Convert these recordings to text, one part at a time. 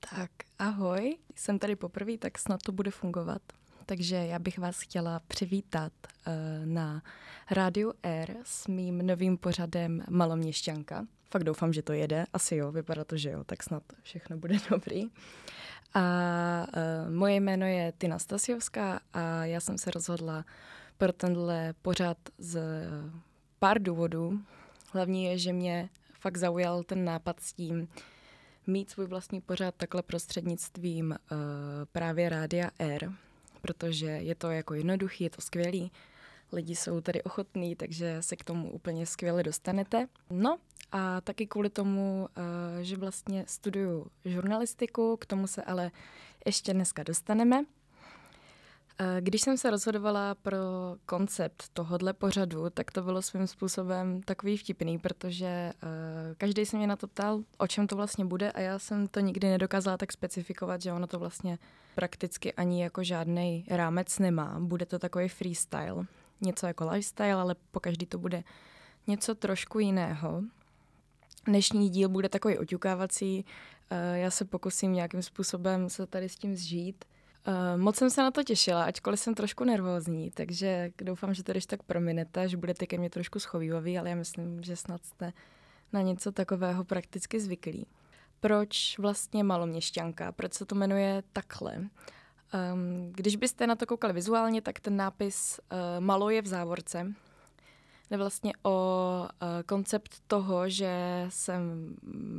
Tak ahoj, jsem tady poprvé, tak snad to bude fungovat. Takže já bych vás chtěla přivítat na Rádiu R s mým novým pořadem Maloměšťanka. Fakt doufám, že to jede. Asi jo, vypadá to, že jo, tak snad všechno bude dobrý. A moje jméno je Tina Stasiovská a já jsem se rozhodla pro tenhle pořad z pár důvodů. Hlavní je, že mě fakt zaujal ten nápad s tím mít svůj vlastní pořad takhle prostřednictvím právě Rádia R, protože je to jako jednoduchý, je to skvělý. Lidi jsou tady ochotní, takže se k tomu úplně skvěle dostanete. No a taky kvůli tomu, že vlastně studuju žurnalistiku, k tomu se ale ještě dneska dostaneme. Když jsem se rozhodovala pro koncept tohodle pořadu, tak to bylo svým způsobem takový vtipný, protože každý se mě na to ptal, o čem to vlastně bude a já jsem to nikdy nedokázala tak specifikovat, že ono to vlastně prakticky ani jako žádnej rámec nemá. Bude to takový freestyle, něco jako lifestyle, ale pokaždý to bude něco trošku jiného. Dnešní díl bude takový oťukávací, já se pokusím nějakým způsobem se tady s tím zžít. Moc jsem se na to těšila, ačkoliv jsem trošku nervózní, takže doufám, že to když tak prominete, že budete ke mně trošku schovývavý, ale já myslím, že snad jste na něco takového prakticky zvyklí. Proč vlastně Maloměšťanka? Proč se to jmenuje takhle? Když byste na to koukali vizuálně, tak ten nápis Malo je v závorce. Jde vlastně o koncept toho, že jsem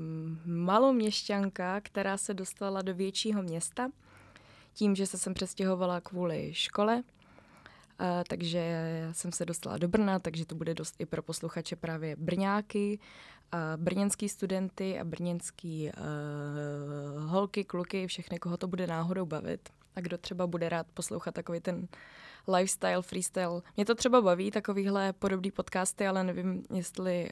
maloměšťanka, která se dostala do většího města, tím, že se sem přestěhovala kvůli škole, takže jsem se dostala do Brna, takže to bude dost i pro posluchače právě brňáky, brněnský studenty a brněnský holky, kluky, všechny, koho to bude náhodou bavit. A kdo třeba bude rád poslouchat takový ten lifestyle, freestyle. Mě to třeba baví, takovýhle podobný podcasty, ale nevím, jestli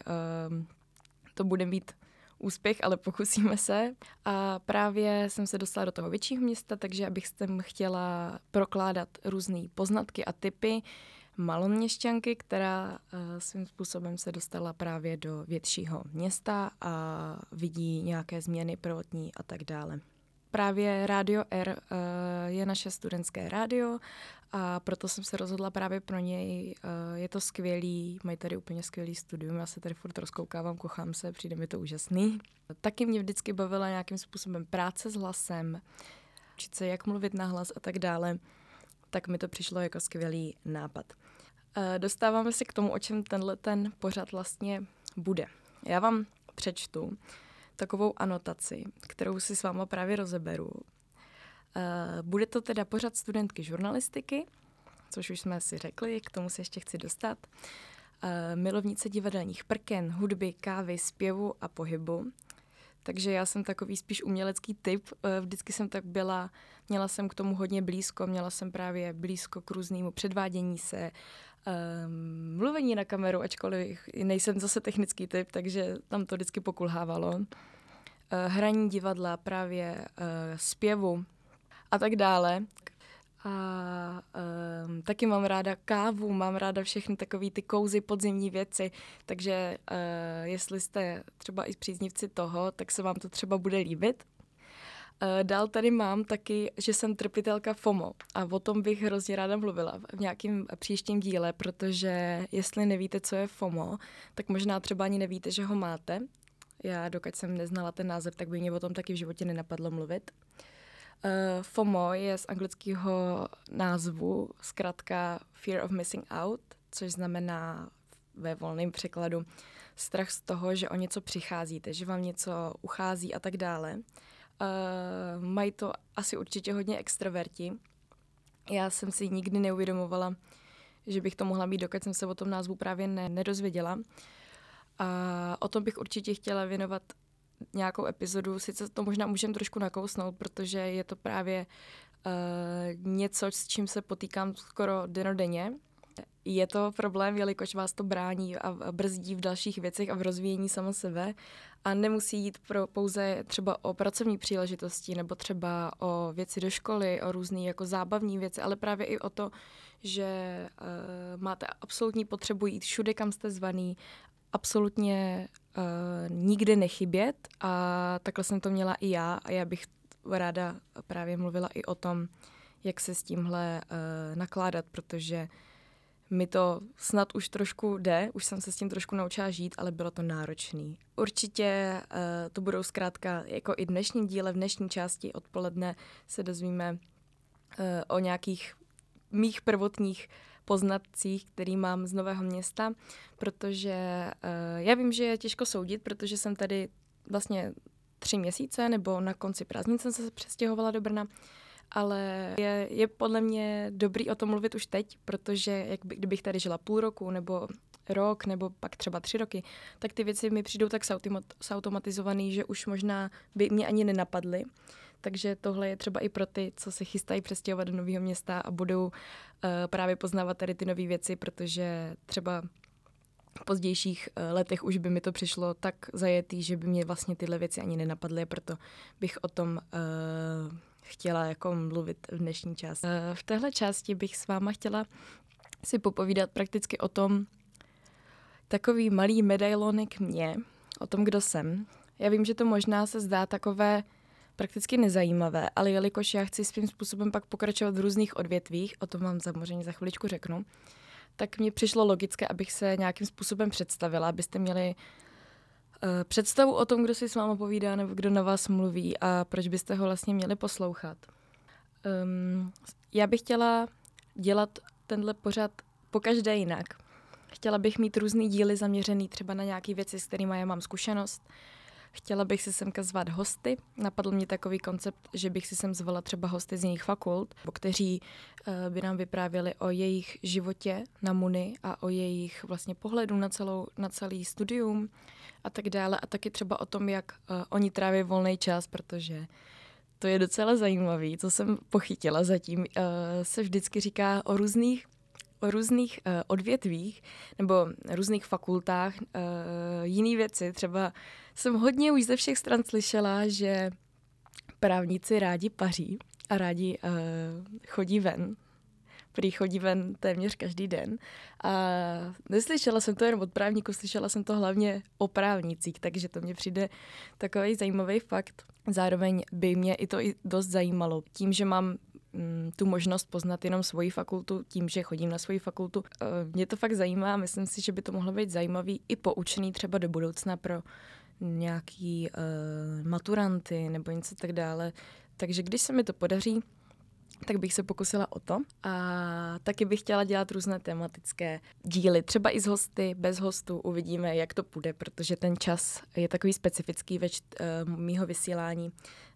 to bude mít úspěch, ale pokusíme se. A právě jsem se dostala do toho většího města, takže abych sem chtěla prokládat různé poznatky a tipy maloměšťanky, která svým způsobem se dostala právě do většího města a vidí nějaké změny prvotní a tak dále. Právě Rádio R je naše studentské rádio a proto jsem se rozhodla právě pro něj. Je to skvělý, mají tady úplně skvělý studium, já se tady furt rozkoukávám, kochám se, přijde mi to úžasný. Taky mě vždycky bavila nějakým způsobem práce s hlasem, učit se, jak mluvit na hlas a tak dále, tak mi to přišlo jako skvělý nápad. Dostáváme se k tomu, o čem ten pořad vlastně bude. Já vám přečtu takovou anotaci, kterou si s váma právě rozeberu. Bude to teda pořad studentky žurnalistiky, což už jsme si řekli, k tomu se ještě chci dostat. Milovnice divadelních prken, hudby, kávy, zpěvu a pohybu. Takže já jsem takový spíš umělecký typ. Vždycky jsem tak byla, měla jsem k tomu hodně blízko, měla jsem právě blízko k různému předvádění se, mluvení na kameru, ačkoliv nejsem zase technický typ, takže tam to vždycky pokulhávalo. Hraní divadla, právě zpěvu a tak dále. A taky mám ráda kávu, mám ráda všechny takové ty cozy podzimní věci, takže jestli jste třeba i příznivci toho, tak se vám to třeba bude líbit. Dál tady mám taky, že jsem trpitelka FOMO a o tom bych hrozně ráda mluvila v nějakém příštím díle, protože jestli nevíte, co je FOMO, tak možná třeba ani nevíte, že ho máte. Já dokud jsem neznala ten název, tak by mě o tom taky v životě nenapadlo mluvit. FOMO je z anglického názvu zkrátka Fear of Missing Out, což znamená ve volném překladu strach z toho, že o něco přicházíte, že vám něco uchází a tak dále. Mají to asi určitě hodně extroverti. Já jsem si nikdy neuvědomovala, že bych to mohla mít, dokud jsem se o tom názvu právě nedozvěděla. A o tom bych určitě chtěla věnovat nějakou epizodu, sice to možná můžeme trošku nakousnout, protože je to právě něco, s čím se potýkám skoro dennodenně. Je to problém, jelikož vás to brání a brzdí v dalších věcech a v rozvíjení sama sebe a nemusí jít pouze třeba o pracovní příležitosti nebo třeba o věci do školy, o různé jako zábavní věci, ale právě i o to, že máte absolutní potřebu jít všude, kam jste zvaný, absolutně nikde nechybět a takhle jsem to měla i já a já bych ráda právě mluvila i o tom, jak se s tímhle nakládat, protože mi to snad už trošku jde, už jsem se s tím trošku naučila žít, ale bylo to náročný. Určitě to budou zkrátka, jako i dnešní díle, v dnešní části odpoledne se dozvíme o nějakých mých prvotních poznatcích, který mám z Nového Města, protože já vím, že je těžko soudit, protože jsem tady vlastně 3 měsíce, nebo na konci prázdnin jsem se přestěhovala do Brna, ale je podle mě dobrý o tom mluvit už teď, protože kdybych tady žila půl roku, nebo rok, nebo pak třeba 3 roky, tak ty věci mi přijdou tak zautomatizovaný, že už možná by mě ani nenapadly. Takže tohle je třeba i pro ty, co se chystají přestěhovat do Nového Města a budou právě poznávat tady ty nové věci, protože třeba v pozdějších letech už by mi to přišlo tak zajetý, že by mě vlastně tyhle věci ani nenapadly, proto bych o tom chtěla jako mluvit v dnešní části. V téhle části bych s váma chtěla si popovídat prakticky o tom takový malý medailonek mě, o tom, kdo jsem. Já vím, že to možná se zdá takové prakticky nezajímavé, ale jelikož já chci svým způsobem pak pokračovat v různých odvětvích, o tom vám samozřejmě za chviličku řeknu, tak mně přišlo logické, abych se nějakým způsobem představila, abyste měli představu o tom, kdo si s váma povídá nebo kdo na vás mluví a proč byste ho vlastně měli poslouchat. Já bych chtěla dělat tenhle pořad pokaždé jinak. Chtěla bych mít různý díly zaměřený třeba na nějaké věci, s kterými já mám zkušenost. Chtěla bych si semka zvat hosty. Napadl mě takový koncept, že bych si sem zvala třeba hosty z jiných fakult, kteří by nám vyprávěli o jejich životě na MUNI a o jejich vlastně pohledu na celý studium a tak dále. A taky třeba o tom, jak oni tráví volný čas, protože to je docela zajímavý, co jsem pochytila zatím. Se vždycky říká o různých odvětvích nebo různých fakultách jiný věci. Třeba jsem hodně už ze všech stran slyšela, že právníci rádi paří a rádi chodí ven. Prý chodí ven téměř každý den. A neslyšela jsem to jen od právníků, slyšela jsem to hlavně o právnících, takže to mně přijde takový zajímavý fakt. Zároveň by mě i to i dost zajímalo. Tím, že mám tu možnost poznat jenom svoji fakultu, tím, že chodím na svoji fakultu. Mě to fakt zajímá a myslím si, že by to mohlo být zajímavý i poučný třeba do budoucna pro nějaký maturanty nebo něco tak dále. Takže když se mi to podaří, tak bych se pokusila o to. A taky bych chtěla dělat různé tematické díly, třeba i s hosty, bez hostů, uvidíme, jak to půjde, protože ten čas je takový specifický mýho vysílání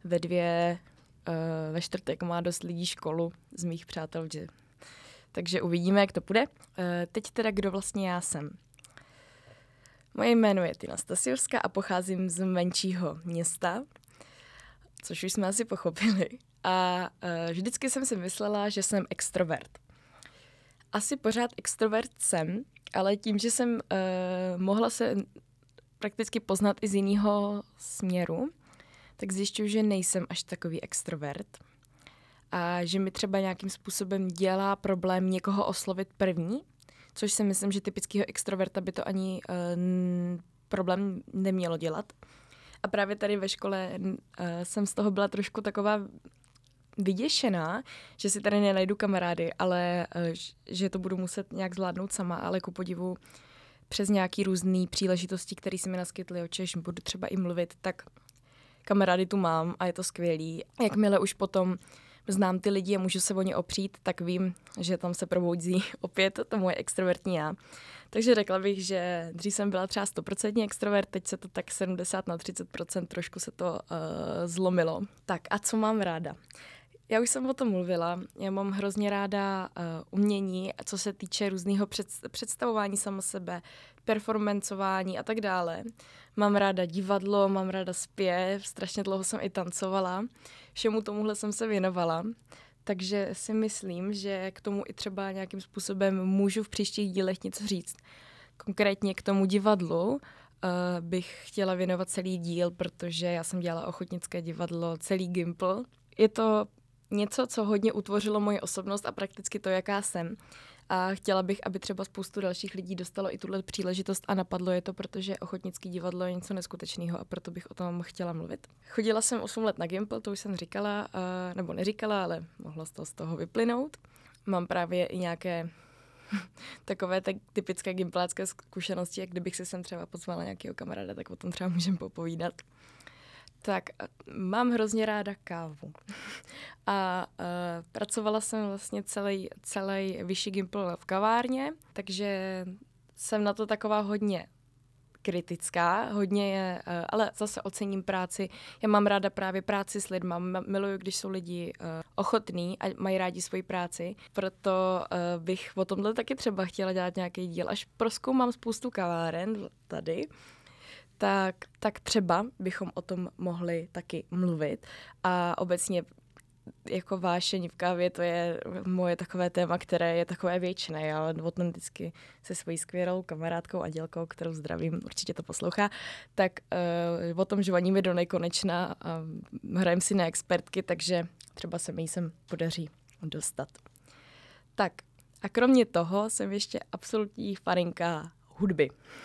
ve čtvrtek má dost lidí školu z mých přátel, takže uvidíme, jak to půjde. Teď teda, kdo vlastně já jsem. Moje jméno je Tina Stasiovská a pocházím z menšího města, což už jsme asi pochopili. A vždycky jsem si myslela, že jsem extrovert. Asi pořád extrovert jsem, ale tím, že jsem mohla se prakticky poznat i z jiného směru, tak zjišťuju, že nejsem až takový extrovert a že mi třeba nějakým způsobem dělá problém někoho oslovit první, což si myslím, že typického extroverta by to ani problém nemělo dělat. A právě tady ve škole jsem z toho byla trošku taková vyděšená, že si tady nenajdu kamarády, ale že to budu muset nějak zvládnout sama, ale ku podivu přes nějaký různý příležitosti, které se mi naskytly, o čemž budu třeba i mluvit, tak kamarády tu mám a je to skvělý. Jakmile už potom znám ty lidi a můžu se o ně opřít, tak vím, že tam se probouzí opět to moje extrovertní já. Takže řekla bych, že dřív jsem byla třeba 100% extrovert, teď se to tak 70-30%, trošku se to zlomilo. Tak a co mám ráda? Já už jsem o tom mluvila, já mám hrozně ráda umění, co se týče různého představování samo sebe, performancování a tak dále. Mám ráda divadlo, mám ráda zpěv, strašně dlouho jsem i tancovala, všemu tomuhle jsem se věnovala, takže si myslím, že k tomu i třeba nějakým způsobem můžu v příštích dílech něco říct. Konkrétně k tomu divadlu bych chtěla věnovat celý díl, protože já jsem dělala ochotnické divadlo, celý Gimpl. Je to něco, co hodně utvořilo moji osobnost a prakticky to, jaká jsem. A chtěla bych, aby třeba spoustu dalších lidí dostalo i tuhle příležitost a napadlo je to, protože ochotnické divadlo je něco neskutečného a proto bych o tom chtěla mluvit. Chodila jsem 8 let na Gimpl, to už jsem říkala, nebo neříkala, ale mohlo z toho vyplynout. Mám právě i nějaké takové tak typické gimplácké zkušenosti, jak kdybych si sem třeba pozvala nějakého kamaráda, tak o tom třeba můžeme popovídat. Tak mám hrozně ráda kávu. A pracovala jsem vlastně celý vyšší Gimpl v kavárně, takže jsem na to taková hodně kritická, hodně je, ale zase ocením práci. Já mám ráda právě práci s lidma, miluju, když jsou lidi ochotní a mají rádi svoji práci, proto bych o tomhle taky třeba chtěla dělat nějaký díl. Až prozkoumám spoustu kaváren tady, tak třeba bychom o tom mohli taky mluvit. A obecně jako vášeň v kávě, to je moje takové téma, které je takové věčné, ale o tom vždycky se svojí skvělou kamarádkou Adělkou, kterou zdravím, určitě to poslouchá, tak o tom žvaníme do nekonečna a hrajeme si na expertky, takže třeba se mi sem podaří dostat. Tak a kromě toho jsem ještě absolutní faninka hudby.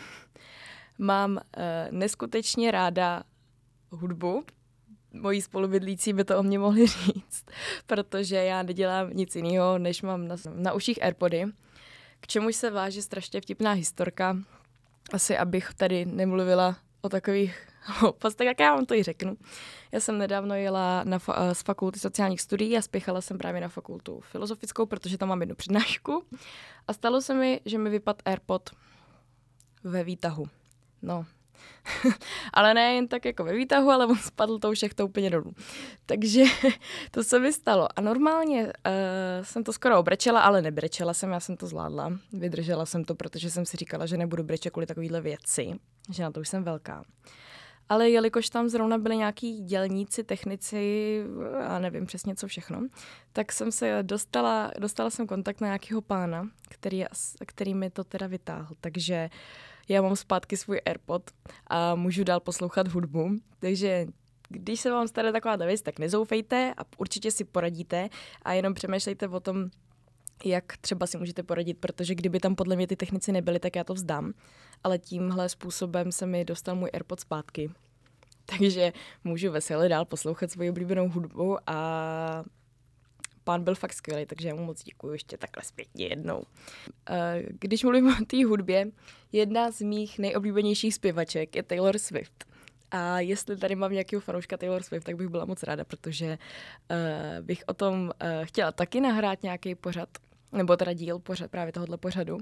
Mám neskutečně ráda hudbu. Moji spolubydlící by to o mě mohli říct, protože já nedělám nic jiného, než mám na uších AirPody, k čemuž se váže strašně vtipná historka. Asi abych tady nemluvila o takových hloupostech, tak já vám to i řeknu. Já jsem nedávno jela z fakulty sociálních studií a spěchala jsem právě na fakultu filozofickou, protože tam mám jednu přednášku. A stalo se mi, že mi vypadl AirPod ve výtahu. No, ale ne jen tak jako ve výtahu, ale on spadl tou šachtou úplně dolů. Takže to se mi stalo. A normálně jsem to skoro obrečela, ale nebrečela jsem, já jsem to zvládla. Vydržela jsem to, protože jsem si říkala, že nebudu brečet kvůli takovýhle věci, že na to už jsem velká. Ale jelikož tam zrovna byli nějaký dělníci, technici a nevím přesně co všechno, tak jsem se dostala jsem kontakt na nějakého pána, který mi to teda vytáhl. Takže já mám zpátky svůj AirPod a můžu dál poslouchat hudbu. Takže když se vám stane taková věc, tak nezoufejte a určitě si poradíte a jenom přemýšlejte o tom, jak třeba si můžete poradit, protože kdyby tam podle mě ty technici nebyli, tak já to vzdám. Ale tímhle způsobem se mi dostal můj AirPod zpátky. Takže můžu veselé dál poslouchat svoji oblíbenou hudbu a pán byl fakt skvělý, takže já mu moc děkuju ještě takhle zpětně jednou. Když mluvím o té hudbě, jedna z mých nejoblíbenějších zpěvaček je Taylor Swift. A jestli tady mám nějakého fanouška Taylor Swift, tak bych byla moc ráda, protože bych o tom chtěla taky nahrát nějaký pořad, nebo teda díl pořad právě tohohle pořadu.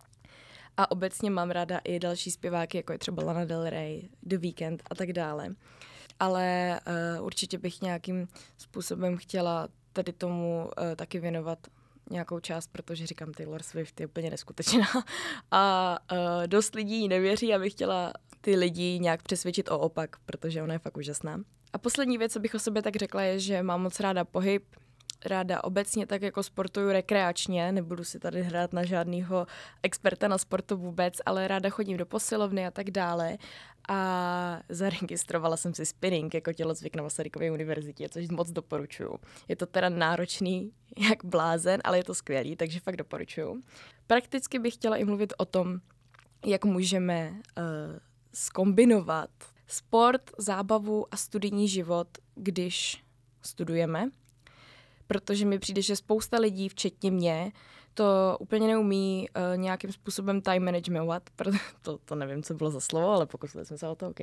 A obecně mám ráda i další zpěváky, jako je třeba Lana Del Rey, The Weeknd a tak dále. Ale určitě bych nějakým způsobem chtěla tady tomu taky věnovat nějakou část, protože říkám, Taylor Swift je úplně neskutečná a dost lidí nevěří, abych chtěla ty lidi nějak přesvědčit o opak, protože ona je fakt úžasná. A poslední věc, co bych o sobě tak řekla, je, že mám moc ráda pohyb, ráda obecně tak jako sportuju rekreačně, nebudu si tady hrát na žádného experta na sportu vůbec, ale ráda chodím do posilovny a tak dále. A zaregistrovala jsem si spinning jako tělocvik na Masarykově univerzitě, což moc doporučuju. Je to teda náročný jak blázen, ale je to skvělý, takže fakt doporučuju. Prakticky bych chtěla i mluvit o tom, jak můžeme zkombinovat sport, zábavu a studijní život, když studujeme. Protože mi přijde, že spousta lidí, včetně mě, to úplně neumí nějakým způsobem time managementovat. To nevím, co bylo za slovo, ale pokusili jsme se o to, OK.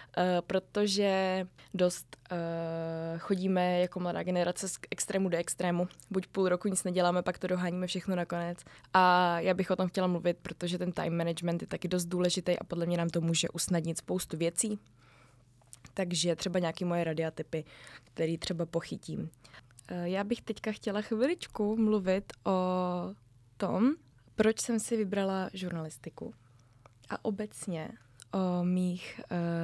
Protože dost chodíme jako mladá generace z extrému do extrému. Buď půl roku nic neděláme, pak to doháníme všechno nakonec. A já bych o tom chtěla mluvit, protože ten time management je taky dost důležitý a podle mě nám to může usnadnit spoustu věcí. Takže třeba nějaké moje rady a tipy, které třeba pochytím. Já bych teďka chtěla chviličku mluvit o tom, proč jsem si vybrala žurnalistiku a obecně o mých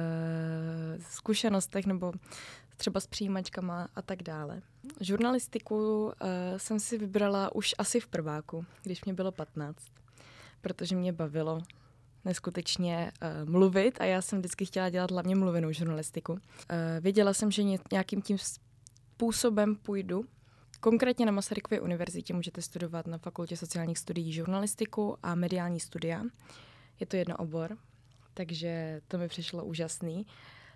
zkušenostech nebo třeba s přijímačkama a tak dále. Žurnalistiku jsem si vybrala už asi v prváku, když mě bylo 15, protože mě bavilo neskutečně mluvit a já jsem vždycky chtěla dělat hlavně mluvenou žurnalistiku. Věděla jsem, že nějakým tím způsobem půjdu Konkrétně na Masarykově univerzitě můžete studovat na Fakultě sociálních studií žurnalistiku a mediální studia. Je to jednoobor, takže to mi přišlo úžasný.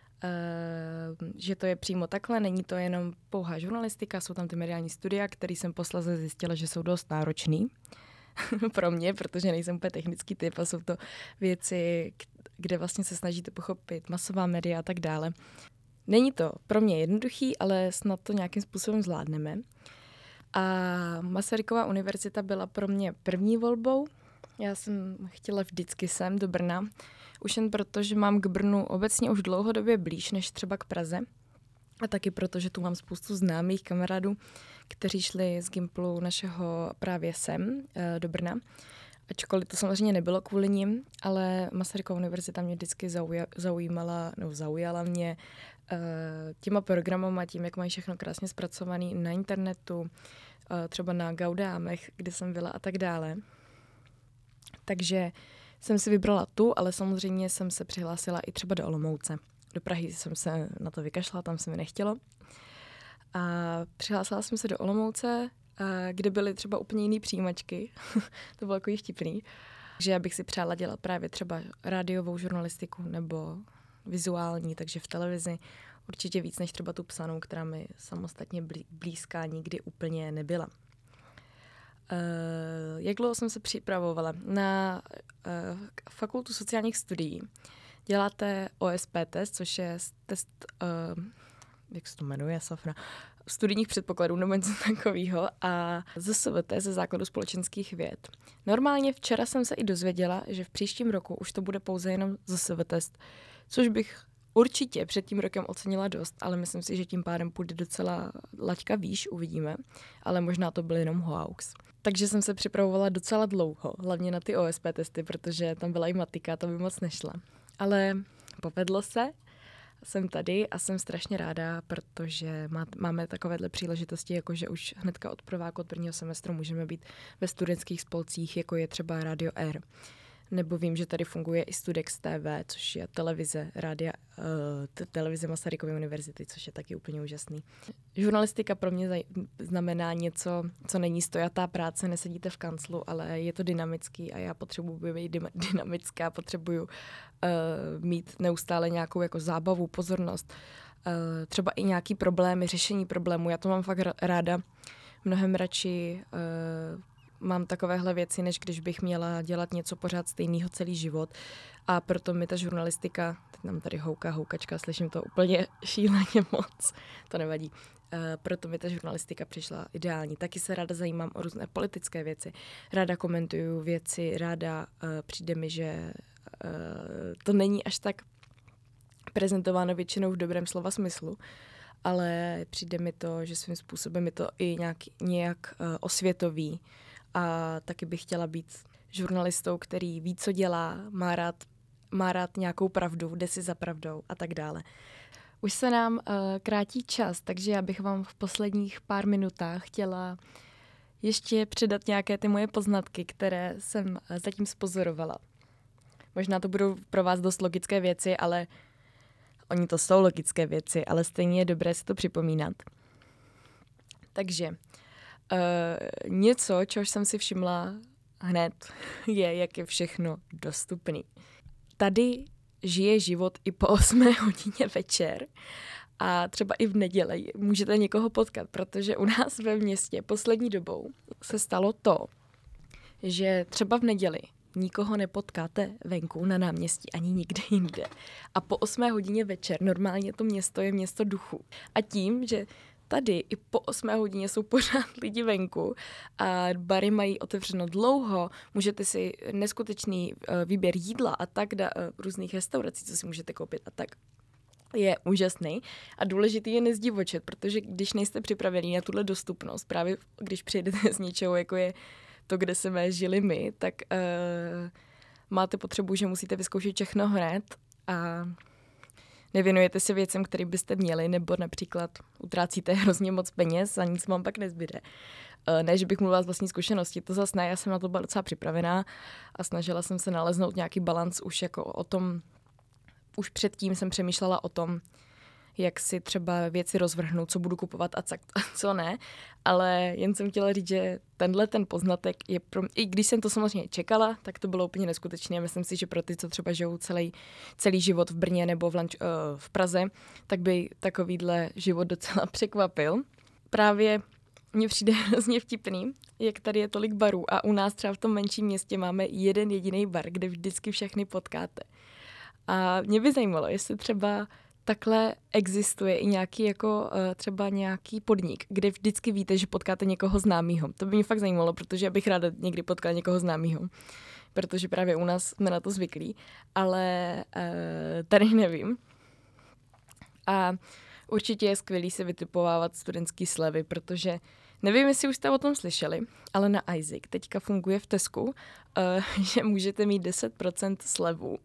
Že to je přímo takhle, není to jenom pouhá žurnalistika, jsou tam ty mediální studia, které jsem posléze zjistila, že jsou dost náročný pro mě, protože nejsem úplně technický typ a jsou to věci, kde vlastně se snažíte pochopit masová média a tak dále. Není to pro mě jednoduchý, ale snad to nějakým způsobem zvládneme. A Masarykova univerzita byla pro mě první volbou. Já jsem chtěla vždycky sem do Brna, už jen proto, že mám k Brnu obecně už dlouhodobě blíž než třeba k Praze. A taky proto, že tu mám spoustu známých kamarádů, kteří šli z Gimplu našeho právě sem do Brna. Ačkoliv to samozřejmě nebylo kvůli nim, ale Masarykova univerzita mě vždycky zaujala mě těma programama, tím, jak mají všechno krásně zpracovaný na internetu, třeba na Gaudámech, kde jsem byla a tak dále. Takže jsem si vybrala tu, ale samozřejmě jsem se přihlásila i třeba do Olomouce. Do Prahy jsem se na to vykašla, tam se mi nechtělo. A přihlásila jsem se do Olomouce, kde byly třeba úplně jiný přijímačky. To bylo takový vtipný. Že já bych si přála dělat právě třeba rádiovou žurnalistiku nebo vizuální, takže v televizi určitě víc než třeba tu psanou, která mi samostatně blízká nikdy úplně nebyla. Jak dlouho jsem se připravovala? Na Fakultu sociálních studií děláte OSP test, což je test, jak se to jmenuje, Safra, studijních předpokladů nebo něco takového a ZSVT ze základu společenských věd. Normálně včera jsem se i dozvěděla, že v příštím roku už to bude pouze jenom ZSV test, což bych určitě před tím rokem ocenila dost, ale myslím si, že tím pádem půjde docela laťka výš, uvidíme, ale možná to byl jenom hoax. Takže jsem se připravovala docela dlouho, hlavně na ty OSP testy, protože tam byla i matika, to by moc nešla. Ale povedlo se, jsem tady a jsem strašně ráda, protože máme takovéhle příležitosti, jakože už hnedka od prváku, od prvního semestru můžeme být ve studentských spolcích, jako je třeba Radio R. Nebo vím, že tady funguje i Studex TV, což je televize Masarykovy univerzity, což je taky úplně úžasný. Žurnalistika pro mě znamená něco, co není stojatá práce, nesedíte v kanclu, ale je to dynamický a já potřebuji být dynamická, potřebuju mít neustále nějakou jako zábavu, pozornost, třeba i nějaký problémy, řešení problémů. Já to mám fakt ráda, mnohem radši mám takovéhle věci, než když bych měla dělat něco pořád stejného celý život. A proto mi ta žurnalistika, teď nám tady houkačka, slyším to úplně šíleně moc, to nevadí. Proto mi ta žurnalistika přišla ideální. Taky se ráda zajímám o různé politické věci. Ráda komentuju věci, ráda přijde mi, že to není až tak prezentováno většinou v dobrém slova smyslu, ale přijde mi to, že svým způsobem je to i nějak osvětový. A taky bych chtěla být žurnalistou, který ví, co dělá, má rád nějakou pravdu, jde si za pravdou a tak dále. Už se nám krátí čas, takže já bych vám v posledních pár minutách chtěla ještě předat nějaké ty moje poznatky, které jsem zatím spozorovala. Možná to budou pro vás dost logické věci, ale oni to jsou logické věci, ale stejně je dobré si to připomínat. Takže něco, čehož jsem si všimla hned, je, jak je všechno dostupný. Tady žije život i po 8 hodině večer a třeba i v neděli můžete někoho potkat, protože u nás ve městě poslední dobou se stalo to, že třeba v neděli nikoho nepotkáte venku na náměstí ani nikde jinde. A po 8 hodině večer normálně to město je město duchu. A tím, že tady i po 8 hodině jsou pořád lidi venku a bary mají otevřeno dlouho, můžete si neskutečný výběr jídla a tak, různých restaurací, co si můžete koupit a tak, je úžasný a důležitý je nezdivočet, protože když nejste připravení na tuhle dostupnost, právě když přijedete z něčeho, jako je to, kde jsme žili my, tak máte potřebu, že musíte vyzkoušet všechno hned a nevěnujete se věcem, které byste měli, nebo například utrácíte hrozně moc peněz a nic vám pak nezbyde. Ne, že bych mluvila z vlastní zkušenosti, to zase ne, já jsem na to byla docela připravená a snažila jsem se naleznout nějaký balanc už jako o tom, už předtím jsem přemýšlela o tom, jak si třeba věci rozvrhnu, co budu kupovat a co ne, ale jen jsem chtěla říct, že ten poznatek je i když jsem to samozřejmě čekala, tak to bylo úplně neskutečné. Myslím si, že pro ty, co třeba žijou celý život v Brně nebo v Praze, tak by takovýhle život docela překvapil. Právě mně přijde hrozně vtipný, jak tady je tolik barů a u nás třeba v tom menším městě máme jeden jediný bar, kde vždycky všechny potkáte. A mě by zajímalo, jestli třeba takhle existuje i nějaký jako třeba nějaký podnik, kde vždycky víte, že potkáte někoho známýho. To by mě fakt zajímalo, protože bych ráda někdy potkala někoho známýho, protože právě u nás jsme na to zvyklí, ale tady nevím. A určitě je skvělý si vytipovávat studentský slevy, protože nevím, jestli už jste o tom slyšeli, ale na Isaac teďka funguje v Tesku, že můžete mít 10% slevu.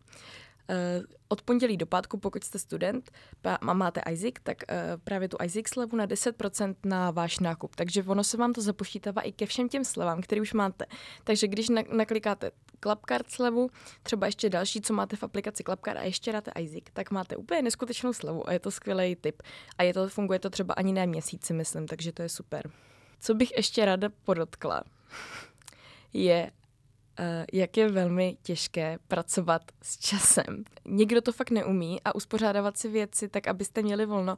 Od pondělí do pátku, pokud jste student a máte Isaac, tak právě tu Isaac slevu na 10% na váš nákup. Takže ono se vám to započítává i ke všem těm slevám, které už máte. Takže když naklikáte Clubcard slevu, třeba ještě další, co máte v aplikaci Clubcard a ještě dáte Isaac, tak máte úplně neskutečnou slevu a je to skvělý tip. A funguje to třeba ani ne měsíci, myslím, takže to je super. Co bych ještě ráda podotkla, je jak je velmi těžké pracovat s časem. Někdo to fakt neumí a uspořádávat si věci tak, abyste měli volno,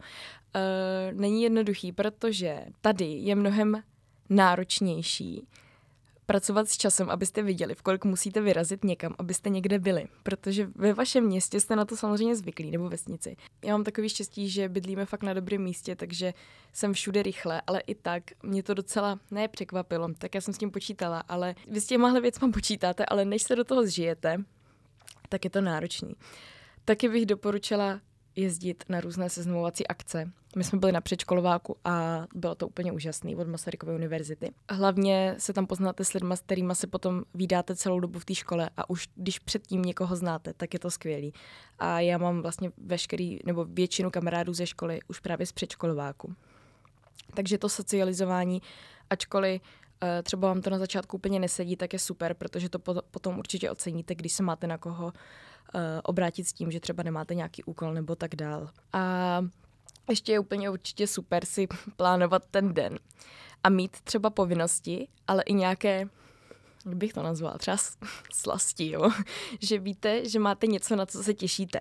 není jednoduchý, protože tady je mnohem náročnější pracovat s časem, abyste viděli, v kolik musíte vyrazit někam, abyste někde byli. Protože ve vašem městě jste na to samozřejmě zvyklí, nebo vesnici. Já mám takový štěstí, že bydlíme fakt na dobrém místě, takže jsem všude rychle, ale i tak mě to docela nepřekvapilo. Tak já jsem s tím počítala, ale vy s těmahle věcma počítáte, ale než se do toho zžijete, tak je to náročný. Taky bych doporučila jezdit na různé seznamovací akce. My jsme byli na předškolováku a bylo to úplně úžasný od Masarykovy univerzity. Hlavně se tam poznáte s lidma, s kterýma se potom vídáte celou dobu v té škole a už když předtím někoho znáte, tak je to skvělý. A já mám vlastně většinu kamarádů ze školy už právě z předškolováku. Takže to socializování, ačkoliv třeba vám to na začátku úplně nesedí, tak je super, protože to potom určitě oceníte, když se máte na koho obrátit s tím, že třeba nemáte nějaký úkol nebo tak dál. A ještě je úplně určitě super si plánovat ten den a mít třeba povinnosti, ale i nějaké, jak bych to nazvala, třeba slasti, jo? Že víte, že máte něco, na co se těšíte.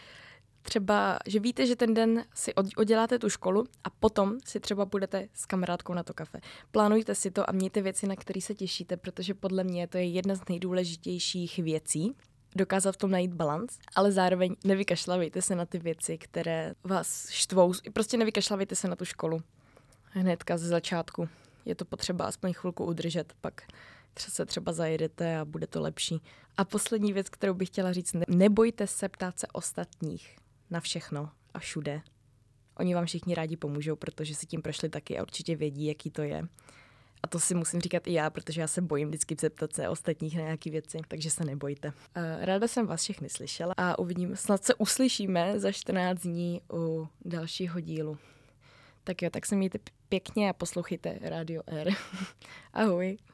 Třeba, že víte, že ten den si odděláte tu školu a potom si třeba půjdete s kamarádkou na to kafe. Plánujte si to a mějte věci, na které se těšíte, protože podle mě to je jedna z nejdůležitějších věcí, dokázat v tom najít balans, ale zároveň nevykašlavejte se na ty věci, které vás štvou. Prostě nevykašlavejte se na tu školu hnedka ze začátku. Je to potřeba aspoň chvilku udržet, pak se třeba zajedete a bude to lepší. A poslední věc, kterou bych chtěla říct, nebojte se ptát se ostatních na všechno a všude. Oni vám všichni rádi pomůžou, protože si tím prošli taky a určitě vědí, jaký to je. A to si musím říkat i já, protože já se bojím vždycky zeptat se ostatních na nějaké věci, takže se nebojte. Ráda jsem vás všechny slyšela a uvidím, snad se uslyšíme za 14 dní u dalšího dílu. Tak jo, tak se mějte pěkně a poslouchejte Radio R. Ahoj.